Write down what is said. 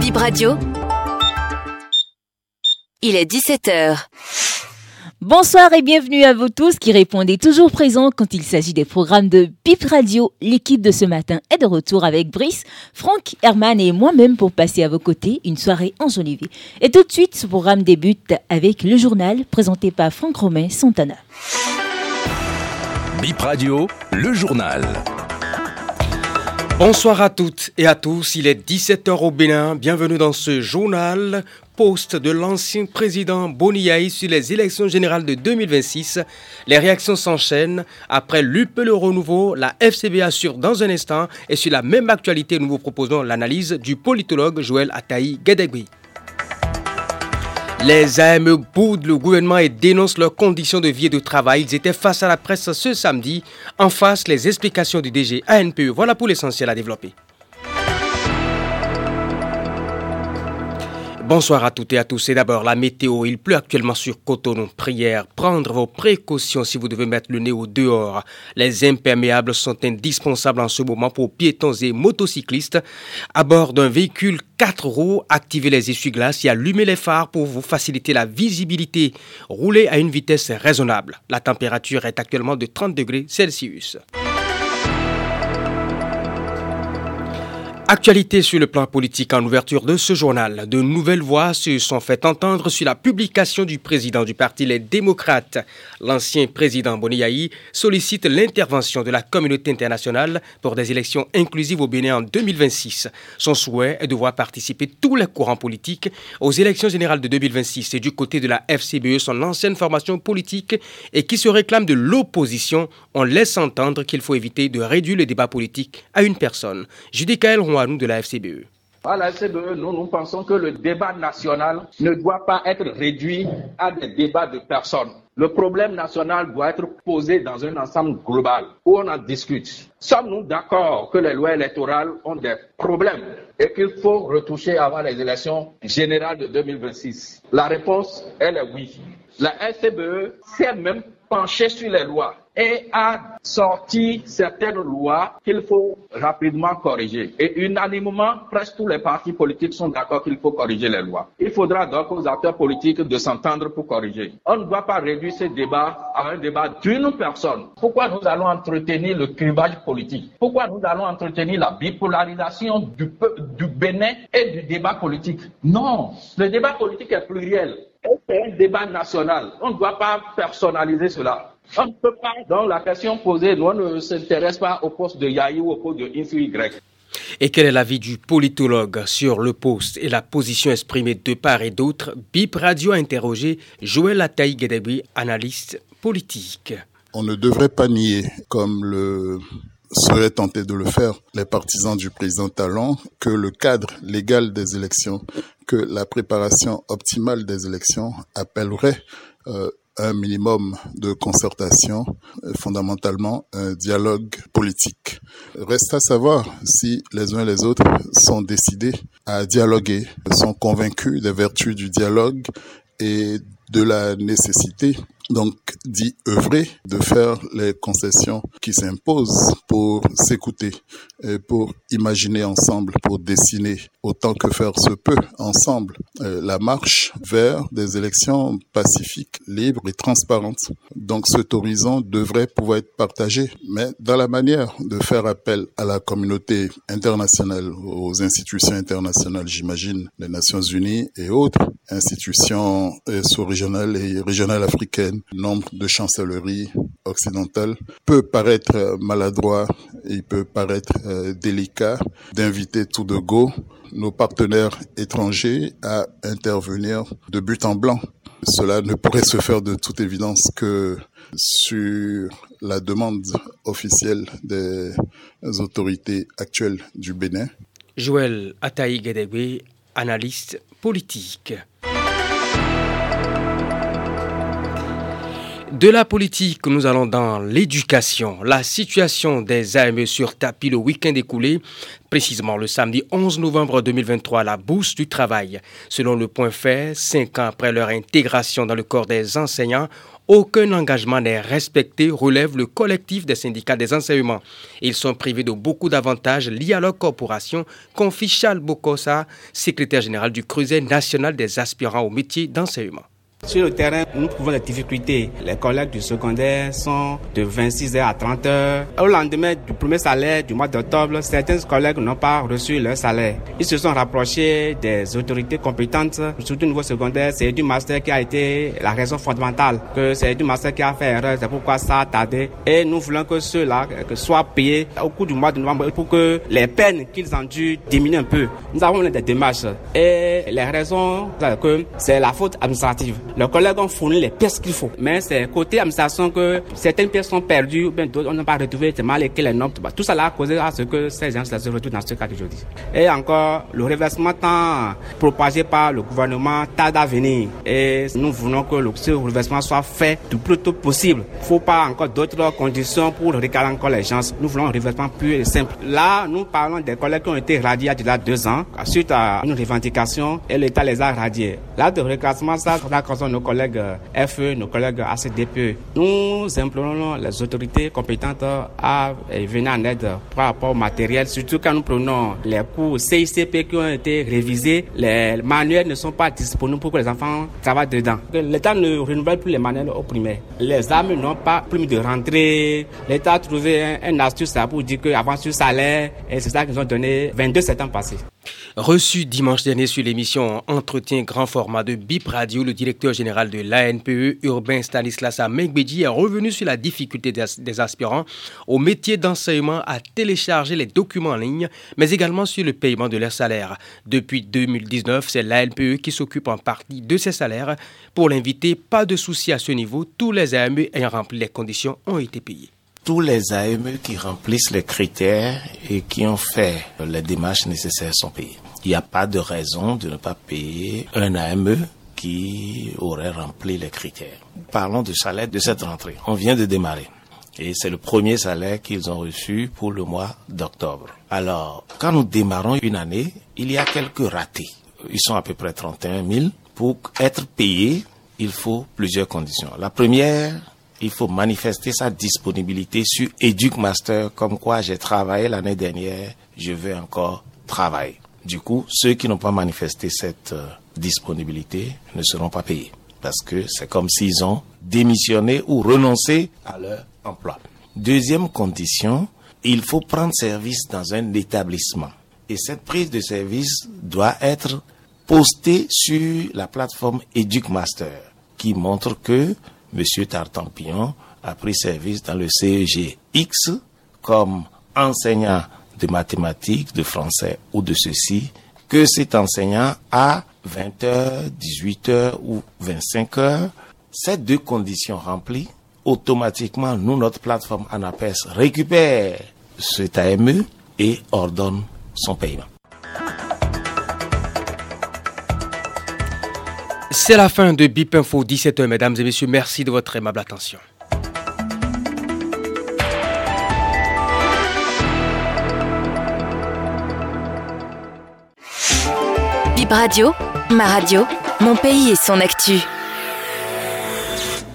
Bip Radio. Il est 17h. Bonsoir et bienvenue à vous tous qui répondez toujours présents quand il s'agit des programmes de Bip Radio. L'équipe de ce matin est de retour avec Brice, Franck, Herman et moi-même pour passer à vos côtés une soirée enjolivée. Et tout de suite, ce programme débute avec le journal présenté par Franck Romain Santana. Bip Radio, le journal. Bonsoir à toutes et à tous, il est 17h au Bénin. Bienvenue dans ce journal. Poste de l'ancien président Boni Yayi sur les élections générales de 2026. Les réactions s'enchaînent. Après l'UP Le Renouveau, la FCB assure dans un instant. Et sur la même actualité, nous vous proposons l'analyse du politologue Joël Ataï Guédégui. Les AM boudent le gouvernement et dénoncent leurs conditions de vie et de travail. Ils étaient face à la presse ce samedi. En face, les explications du DG ANPE. Voilà pour l'essentiel à développer. Bonsoir à toutes et à tous. Et d'abord, la météo. Il pleut actuellement sur Cotonou. Prière, prendre vos précautions si vous devez mettre le nez au dehors. Les imperméables sont indispensables en ce moment pour piétons et motocyclistes. À bord d'un véhicule 4 roues, activez les essuie-glaces et allumez les phares pour vous faciliter la visibilité. Roulez à une vitesse raisonnable. La température est actuellement de 30 degrés Celsius. Actualité sur le plan politique en ouverture de ce journal. De nouvelles voix se sont fait entendre sur la publication du président du parti Les Démocrates. L'ancien président Boni Yayi sollicite l'intervention de la communauté internationale pour des élections inclusives au Bénin en 2026. Son souhait est de voir participer tous les courants politiques aux élections générales de 2026 et du côté de la FCBE, son ancienne formation politique et qui se réclame de l'opposition. On laisse entendre qu'il faut éviter de réduire le débat politique à une personne. Judicaël à nous de la FCBE. À la FCBE, nous pensons que le débat national ne doit pas être réduit à des débats de personnes. Le problème national doit être posé dans un ensemble global où on en discute. Sommes-nous d'accord que les lois électorales ont des problèmes et qu'il faut retoucher avant les élections générales de 2026? La réponse, elle est oui. La FCBE s'est même penchée sur les lois et a sorti certaines lois qu'il faut rapidement corriger. Et unanimement, presque tous les partis politiques sont d'accord qu'il faut corriger les lois. Il faudra donc aux acteurs politiques de s'entendre pour corriger. On ne doit pas réduire ce débat à un débat d'une personne. Pourquoi nous allons entretenir le clivage politique? Pourquoi nous allons entretenir la bipolarisation du Bénin et du débat politique? Non, le débat politique est pluriel. C'est un débat national. On ne doit pas personnaliser cela. On ne peut pas, dans la question posée, nous on ne s'intéresse pas au poste de Yayi ou au poste de X ou Y. Et quel est l'avis du politologue sur le poste et la position exprimée de part et d'autre? Bip Radio a interrogé Joël Ataï Guédégui, analyste politique. On ne devrait pas nier, comme le seraient tentés de le faire les partisans du président Talon, que le cadre légal des élections, que la préparation optimale des élections appellerait un minimum de concertation, fondamentalement un dialogue politique. Reste à savoir si les uns et les autres sont décidés à dialoguer, sont convaincus des vertus du dialogue et de la nécessité donc d'y œuvrer, de faire les concessions qui s'imposent pour s'écouter, et pour imaginer ensemble, pour dessiner autant que faire se peut ensemble la marche vers des élections pacifiques, libres et transparentes. Donc cet horizon devrait pouvoir être partagé, mais dans la manière de faire appel à la communauté internationale, aux institutions internationales, j'imagine les Nations Unies et autres institutions sous-régionales et régionales africaines, nombre de chancelleries occidentales, peut paraître maladroit, il peut paraître délicat d'inviter tout de go nos partenaires étrangers à intervenir de but en blanc. Cela ne pourrait se faire de toute évidence que sur la demande officielle des autorités actuelles du Bénin. Joël Ataï Guédégui, analyste politique. De la politique, nous allons dans l'éducation. La situation des AME sur tapis le week-end écoulé, précisément le samedi 11 novembre 2023, la bourse du travail. Selon le Point Fait, 5 ans après leur intégration dans le corps des enseignants, aucun engagement n'est respecté, relève le collectif des syndicats des enseignements. Ils sont privés de beaucoup d'avantages liés à leur corporation, confie Charles Bokosa, secrétaire général du Creuset national des aspirants au métier d'enseignement. Sur le terrain, nous trouvons des difficultés. Les collègues du secondaire sont de 26 heures à 30 heures. Au lendemain du premier salaire du mois d'octobre, certains collègues n'ont pas reçu leur salaire. Ils se sont rapprochés des autorités compétentes, surtout au niveau secondaire. C'est du master qui a été la raison fondamentale, que c'est du master qui a fait erreur, c'est pourquoi ça a tardé. Et nous voulons que ceux-là soient payés au cours du mois de novembre pour que les peines qu'ils endurent diminuent un peu. Nous avons des démarches et les raisons, c'est que c'est la faute administrative. Les collègues ont fourni les pièces qu'il faut. Mais c'est côté administration que certaines pièces sont perdues ou bien d'autres on n'a pas retrouvé, c'est mal écrit les noms. Tout ça a causé à ce que ces gens se retrouvent dans ce cas d'aujourd'hui. Et encore, le reversement tant propagé par le gouvernement tarde à venir. Et nous voulons que ce reversement soit fait le plus tôt possible. Il ne faut pas encore d'autres conditions pour recaler encore les gens. Nous voulons un reversement pur et simple. Là, nous parlons des collègues qui ont été radiés il y a 2 ans suite à une revendication et l'État les a radiés. Là, de reclassement, ça concerne nos collègues FE, nos collègues ACDPE. Nous implorons les autorités compétentes à venir en aide par rapport au matériel, surtout quand nous prenons les cours CICP qui ont été révisés. Les manuels ne sont pas disponibles pour que les enfants travaillent dedans. L'État ne renouvelle plus les manuels au primaire. Les AME n'ont pas permis de rentrer. L'État a trouvé un astuce pour dire qu'avant sur salaire, et c'est ça qu'ils ont donné 22 septembre passé. Reçu dimanche dernier sur l'émission Entretien grand format de BIP Radio, le directeur général de l'ANPE, Urbain Stanislas Mengbedji, est revenu sur la difficulté des aspirants au métier d'enseignement à télécharger les documents en ligne, mais également sur le paiement de leur salaire. Depuis 2019, c'est l'ANPE qui s'occupe en partie de ces salaires. Pour l'inviter, pas de souci à ce niveau, tous les AME ayant rempli les conditions ont été payés. Tous les AME qui remplissent les critères et qui ont fait les démarches nécessaires sont payés. Il n'y a pas de raison de ne pas payer un AME qui aurait rempli les critères. Parlons du salaire de cette rentrée. On vient de démarrer et c'est le premier salaire qu'ils ont reçu pour le mois d'octobre. Alors, quand nous démarrons une année, il y a quelques ratés. Ils sont à peu près 31 000. Pour être payés, il faut plusieurs conditions. La première, il faut manifester sa disponibilité sur EducMaster, comme quoi j'ai travaillé l'année dernière, je veux encore travailler. Du coup, ceux qui n'ont pas manifesté cette disponibilité ne seront pas payés, parce que c'est comme s'ils ont démissionné ou renoncé à leur emploi. Deuxième condition, il faut prendre service dans un établissement. Et cette prise de service doit être postée sur la plateforme EducMaster, qui montre que Monsieur Tartampion a pris service dans le CEG X comme enseignant de mathématiques, de français ou de ceci, que cet enseignant a 20h, 18h ou 25h. Ces 2 conditions remplies, automatiquement, nous, notre plateforme ANAPES récupère cet AME et ordonne son paiement. C'est la fin de BIP Info 17h, mesdames et messieurs. Merci de votre aimable attention. BIP Radio, ma radio, mon pays et son actu.